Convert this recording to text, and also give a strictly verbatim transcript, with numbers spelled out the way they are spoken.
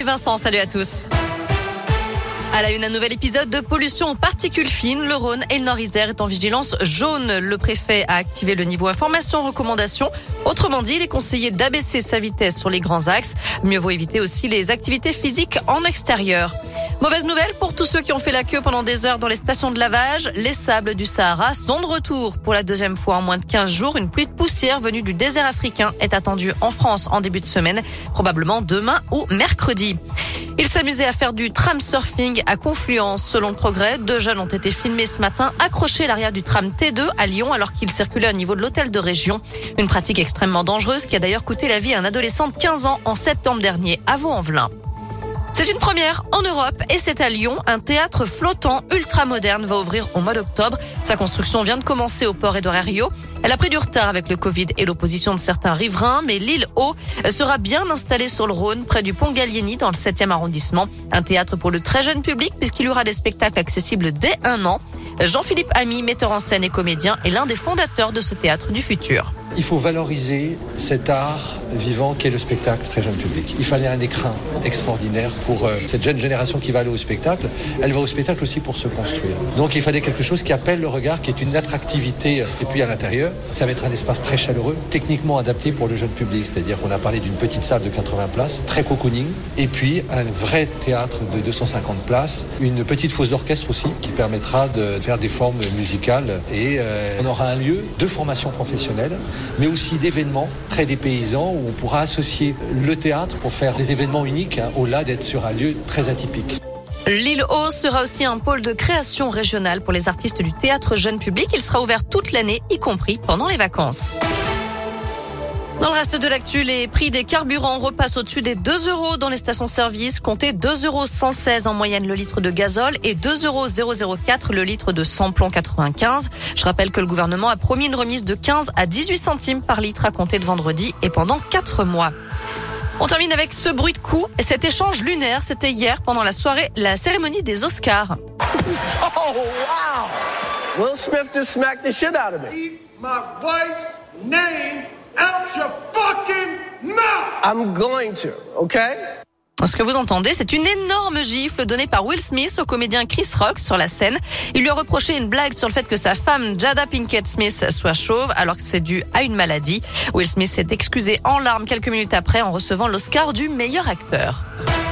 Vincent, salut à tous. À la une, un nouvel épisode de pollution aux particules fines. Le Rhône et le Nord-Isère est en vigilance jaune. Le préfet a activé le niveau information recommandation. Autrement dit, il est conseillé d'abaisser sa vitesse sur les grands axes. Mieux vaut éviter aussi les activités physiques en extérieur. Mauvaise nouvelle pour tous ceux qui ont fait la queue pendant des heures dans les stations de lavage. Les sables du Sahara sont de retour. Pour la deuxième fois en moins de quinze jours, une pluie de poussière venue du désert africain est attendue en France en début de semaine, probablement demain ou mercredi. Ils s'amusaient à faire du tram surfing à Confluence. Selon le Progrès, deux jeunes ont été filmés ce matin accrochés à l'arrière du tram T deux à Lyon alors qu'ils circulaient au niveau de l'hôtel de région. Une pratique extrêmement dangereuse qui a d'ailleurs coûté la vie à un adolescent de quinze ans en septembre dernier à Vaux-en-Velin. C'est une première en Europe et c'est à Lyon. Un théâtre flottant ultra moderne va ouvrir au mois d'octobre. Sa construction vient de commencer au port Édouard Herriot. Elle a pris du retard avec le Covid et l'opposition de certains riverains, mais l'île Haut sera bien installée sur le Rhône, près du pont Gallieni, dans le septième arrondissement. Un théâtre pour le très jeune public puisqu'il y aura des spectacles accessibles dès un an. Jean-Philippe Ami, metteur en scène et comédien, est l'un des fondateurs de ce théâtre du futur. Il faut valoriser cet art vivant qu'est le spectacle très jeune public. Il fallait un écrin extraordinaire pour euh, cette jeune génération qui va aller au spectacle. Elle va au spectacle aussi pour se construire. Donc il fallait quelque chose qui appelle le regard, qui est une attractivité. Et puis à l'intérieur, ça va être un espace très chaleureux, techniquement adapté pour le jeune public. C'est-à-dire qu'on a parlé d'une petite salle de quatre-vingts places, très cocooning. Et puis un vrai théâtre de deux cent cinquante places. Une petite fosse d'orchestre aussi qui permettra de faire des formes musicales. Et euh, on aura un lieu de formation professionnelle, mais aussi d'événements très dépaysants où on pourra associer le théâtre pour faire des événements uniques, hein, au-delà d'être sur un lieu très atypique. L'île Haut sera aussi un pôle de création régionale pour les artistes du théâtre jeune public. Il sera ouvert toute l'année, y compris pendant les vacances. Dans le reste de l'actu, les prix des carburants repassent au-dessus des deux euros dans les stations-service. Comptez deux euros cent seize en moyenne le litre de gazole et deux euros zéro zéro quatre le litre de samplon quatre-vingt-quinze. Je rappelle que le gouvernement a promis une remise de quinze à dix-huit centimes par litre à compter de vendredi et pendant quatre mois. On termine avec ce bruit de coups et cet échange lunaire. C'était hier pendant la soirée, la cérémonie des Oscars. Oh, wow! Will Smith just smacked the shit out of me. Keep my wife's name out your fucking mouth! I'm going to, okay? Ce que vous entendez, c'est une énorme gifle donnée par Will Smith au comédien Chris Rock sur la scène. Il lui a reproché une blague sur le fait que sa femme, Jada Pinkett Smith, soit chauve, alors que c'est dû à une maladie. Will Smith s'est excusé en larmes quelques minutes après en recevant l'Oscar du meilleur acteur.